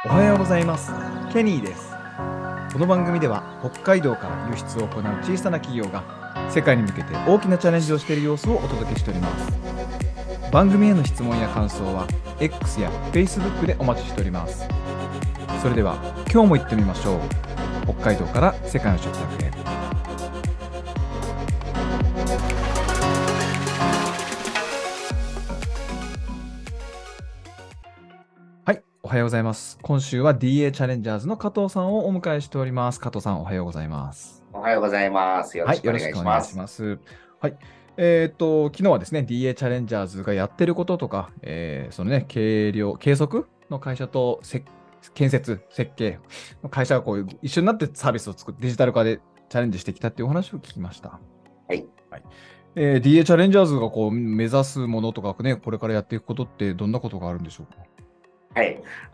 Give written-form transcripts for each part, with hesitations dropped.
おはようございます。ケニーです。この番組では北海道から輸出を行う小さな企業が世界に向けて大きなチャレンジをしている様子をお届けしております。番組への質問や感想は X や Facebook でお待ちしております。それでは今日も行ってみましょう。北海道から世界の食卓へ。はい、おはようございます。今週は DA チャレンジャーズの加藤さんをお迎えしております。加藤さん、おはようございます。 おはようございます。よろはい、 しくお願よろしくお願いいします。 します。はい。昨日はですね、DA チャレンジャーズがやってることとか、そのね、計測の会社と建設、設計の会社がこう一緒になってサービスを作ってデジタル化でチャレンジしてきたっていうお話を聞きました。 はい。 はい。DA チャレンジャーズがこう目指すものとかね、これからやっていくことってどんなことがあるんでしょうか？ はい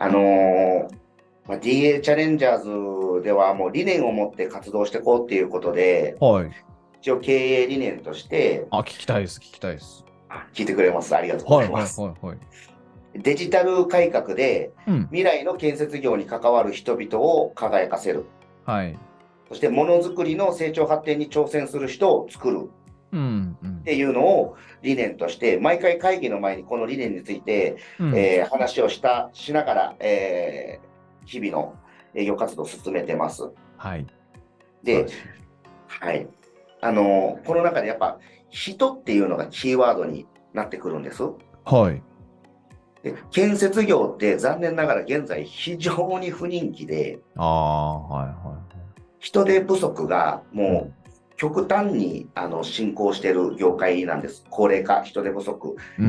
。DA チャレンジャーズではもう理念を持って活動していこうっていうことで、 はい。 一応経営理念として、 あ、聞きたいです、聞きたいです。 聞いてくれます。ありがとうごはい、はい、 ざいます。 はい、はい。 デジタル改革でうん。 未来の建設業に関わる人々を輝かせる。 はい。 そしてものづくりの成長発展に挑戦する人を作る。 うん、うってん。 いうのを理念として、毎回会議の前にこの理念について、 うん。 話をしながら、日々の営業活動を進めてます。 はい。素晴らで、 しい。 はい。この中でやっぱ人っていうのがキーワードになってくるんです。 はい。 で、建設業って残念ながら現在非常に不人気で、 ああ、はい、はい。 人手不足がもうん。 う極端に進行している業界なんです。高齢化、人手不足、 うん。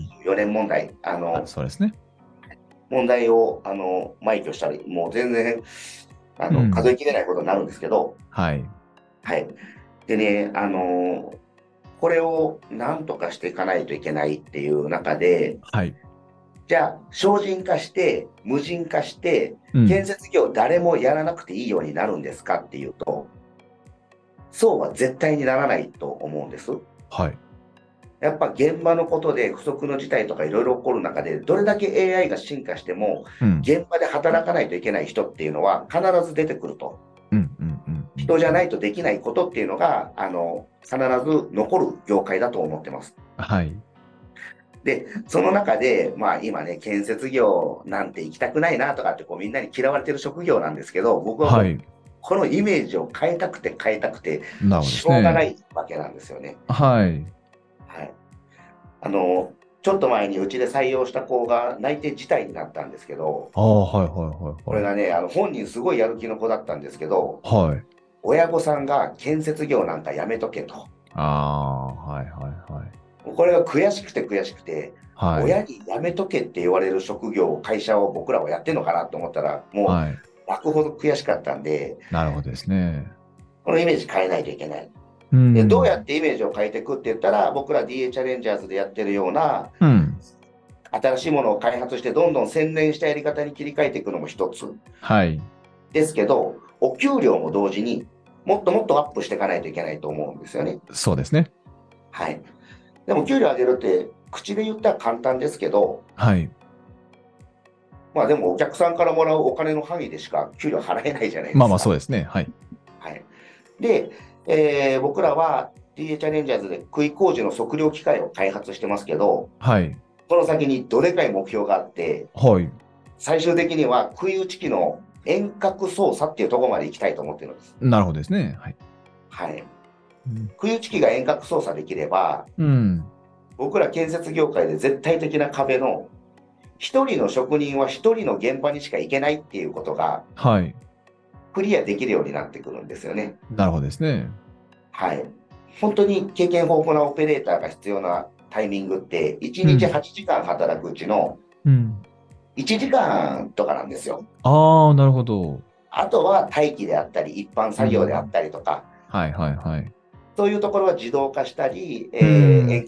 2024年問題、 そうですね。 問題を埋挙したり、もう全然数うん。 えきれないことになるんですけど、 はい。 はい。でね、これを何とかしていかないといけないっていう中で、 はい。 じゃあ、省人化して、無人化して、 うん。 建設業誰もやらなくていいようになるんですかっていうと、そうは絶対にならないと思うんです。 はい。 やっぱ現場のことで不測の事態とかいろいろ起こる中で、どれだけ AI が進化しても、 うん。 現場で働かないといけない人っていうのは必ず出てくると。 うん。うん。うん。うん。 人じゃないとできないことっていうのが、必ず残る業界だと思ってます。 はい。 で、その中で、まあ今ね、建設業なんて行きたくないなとかってこうみんなに嫌われてる職業なんですけど、僕はもう、 はい。 このイメージを変えたくて変えたくて、 なるほどでしすね。 ょうがないわけなんですよね。 はい。 はい。あの、ちょっと前にうちで採用した子が内定辞退になったんですけど、 ああ、はい、はい、はい、はい。 これがね、本人すごいやる気の子だったんですけど、 はい。 親御さんが建設業なんかやめとけと。 ああ、はい、はい、はい。 これが悔しくて悔しくて、 はい。 親に辞めとけって言われる職業、会社を僕らはやってるのかなと思ったら、もはい。 う泣くほど悔しかったんで、 なるほどですね。 このイメージ変えないといけない。 うで、どうやっん。 てイメージを変えていくって言ったら、僕ら DA チャレンジャーズでやってるような、 うん。 新しいものを開発して、どんどん洗練したやり方に切り替えていくのも一つはい。 ですけど、お給料も同時にもっともっとアップしていかないといけないと思うんですよね。 そうですね。 はい。でも、給料上げるって、口で言ったら簡単ですけど、 はい。 まあでもお客さんからもらうお金の範囲でしか給料払えないじゃないまあまあ、そうですか。 ですね。はい。 はい。で、僕らは TA チャレンジャーズで杭工事の測量機械を開発してますけど、 はい。 その先にどでかい目標があって、 はい。 最終的には杭打ち機の遠隔操作っていうところまで行きたいと思ってるんです。 なるほどですね。はい。 はい。 うん。 杭打ち機が遠隔操作できれば、 うん。 僕ら建設業界で絶対的な壁の一人の職人は一人の現場にしか行けないっていうことがはい。 クリアできるようになってくるんですよね。 なるほどですね。 はい。本当に経験豊富なオペレーターが必要なタイミングって、1日うん。 8時間働くうちのうん。 1時間とかなんですよ。 ああ、なるほど。 あとは待機であったり、一般う作業であっん。 たりとか、 はい、はい、はい。 そういうところは自動化したり、 うん。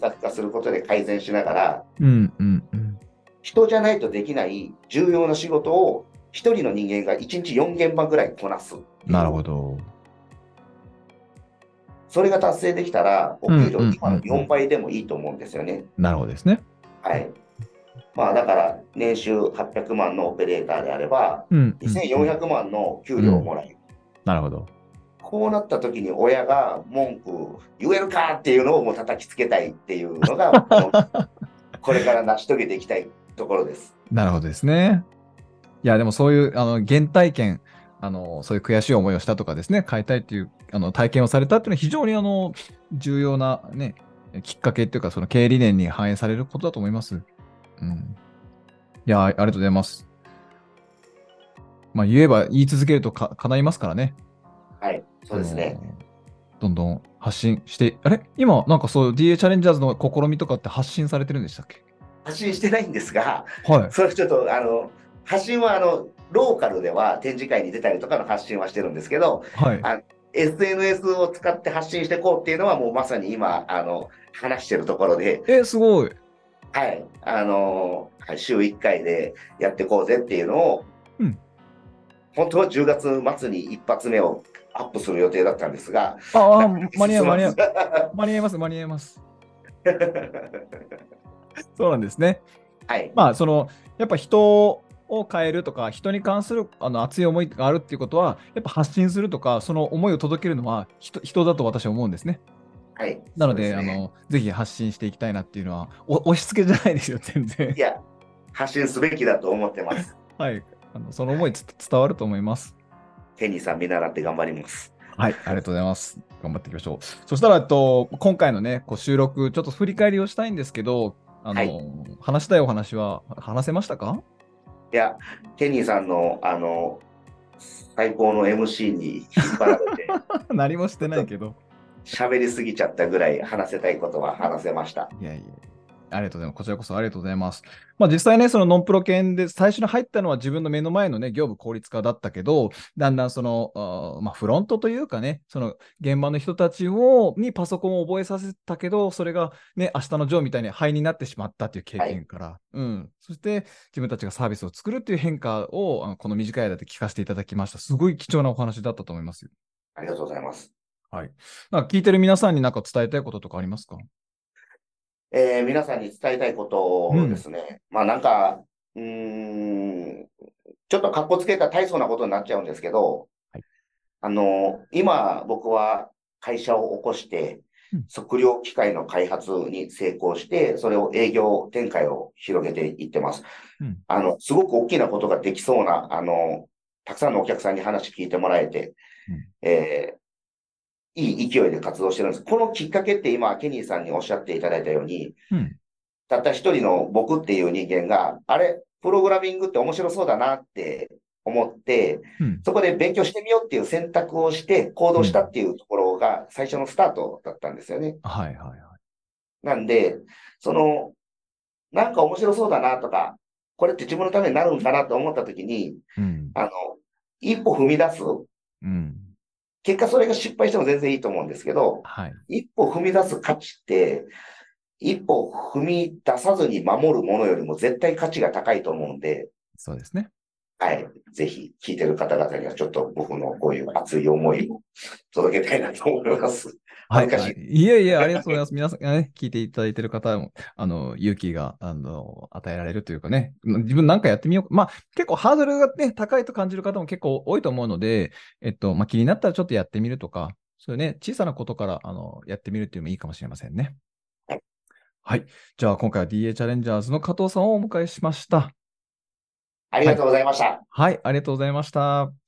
遠隔化することで改善しながら、 うん、うん、うん。 人じゃないとできない重要な仕事を一人の人間が1日4現場ぐらいこなすってなるいう。 ほど。 それが達成できたら、おうん、 給料うん、うん、 今の4 うん。 倍でもいいと思うんですよね。 なるほどですね。 はい。 まあだから年収800万のオペレーターであれば、 うん、うん、う 2400 ん。 万の給うん。 料をもらえる。 なるほど。 こうなった時に親が文句言えるかっていうのをもう叩きつけたいっていうのが僕のこれから成し遂げていきたいところです。 なるほどですね。いや、でもそういう、原体験、そういう悔しい思いをしたとかですね、変えたいっていう、体験をされたっていうのは非常に、重要なね、きっかけっていうか、その経営理念に反映されることだと思います。うん。いや、ありがとうございます。まあ、言えば言い続けると叶いますからね。 はい、そうですね。 どんどん発信して、あれ今、なんかそういう DA チャレンジャーズの試みとかって発信されてるんでしたっけ？ 発信してないんですが、 はい。 それちょっと、発信は、ローカルでは展示会に出たりとかの発信はしてるんですけど、 はい。 SNS を使って発信していこうっていうのはもうまさに今、話してるところで、 すごい。 はい、はい週1回でやっていこうぜっていうのを、 うん。 本当は10月末に一発目をアップする予定だったんですが、 ああ、 なかなか進まず。 間に合います、間に合います。そうなんですね。 はい。 まあ、やっぱ人を変えるとか、人に関する熱い思いがあるっていうことは、やっぱ発信するとか、その思いを届けるのは人だと私は思うんですね。 はい。 なので、 そうですね。 ぜひ発信していきたいなっていうのは、押し付けじゃないですよ、全然。 いや、発信すべきだと思ってます。 はい。その思い伝わると思います。 ケニーさん見習って頑張ります。 はい、ありがとうございます。頑張っていきましょう。そしたら、今回のね、収録、ちょっと振り返りをしたいんですけど、 はい。 話したいお話は話せましたか？ いや、ケニーさんの、最高の MC に引っ張られて、 何もしてちょっとないけど。 喋りすぎちゃったぐらい話せたいことは話せました。 いやいや、ありがとうございます。こちらこそありがとうございます。まあ実際ね、そのノンプロ犬で最初に入ったのは自分の目の前のね、業務効率化だったけど、だんだんまあフロントというかね、その現場の人たちにパソコンを覚えさせたけど、それがね、明日のジョーみたいに灰になってしまったという経はい。 験から、うん。そして自分たちがサービスを作るっていう変化を、この短い間で聞かせていただきました。すごい貴重なお話だったと思いますよ。 ありがとうございます。 はい。なんか聞いてる皆さんになんか伝えたいこととかありますか？ 皆さんに伝えたいことでうん。 すね。まあなんか、うーん、ちょっと格好つけた大層なことになっちゃうんですけど、 はい。 今僕は会社を起こして、 うん。 測量機械の開発に成功して、それを営業展開を広げていってます。 うん。 すごく大きなことができそうな、たくさんのお客さんに話聞いてもらえて、 うん。 えいい勢いで活動してるんです。このきっかけって今、ケニーさんにおっしゃっていただいたように、 うん。 たった一人の僕っていう人間が、あれ、プログラミングって面白そうだなって思って、 うん。 そこで勉強してみようっていう選択をして行動したうん。 っていうところが最初のスタートだったんですよね。 はいはいはい。 なんで、その、なんか面白そうだなとか、これって自分のためになるんかなと思った時に、 うん。 あの、一歩踏み出す。 うん。 結果それが失敗しても全然いいと思うんですけど、 はい。 一歩踏み出す価値って、一歩踏み出さずに守るものよりも絶対価値が高いと思うんで、 そうですね。 はい。ぜひ聞いてる方々にはちょっと僕のこういう熱い思いを届けたいなと思います。 はい。 恥ずかしい。 いえいえ、ありがとうございます。皆さんがね、聞いていただいている方も、勇気が、与えられるというかね、自分なんかやってみよう。まあ、結構ハードルがね、高いと感じる方も結構多いと思うので、まあ、気になったらちょっとやってみるとか、そういうね、小さなことから、やってみるっていうのもいいかもしれませんね。 はい。 はい。じゃあ、今回は DA チャレンジャーズの加藤さんをお迎えしました。 ありはい。 がとうございました。 はい。ありがとうございました。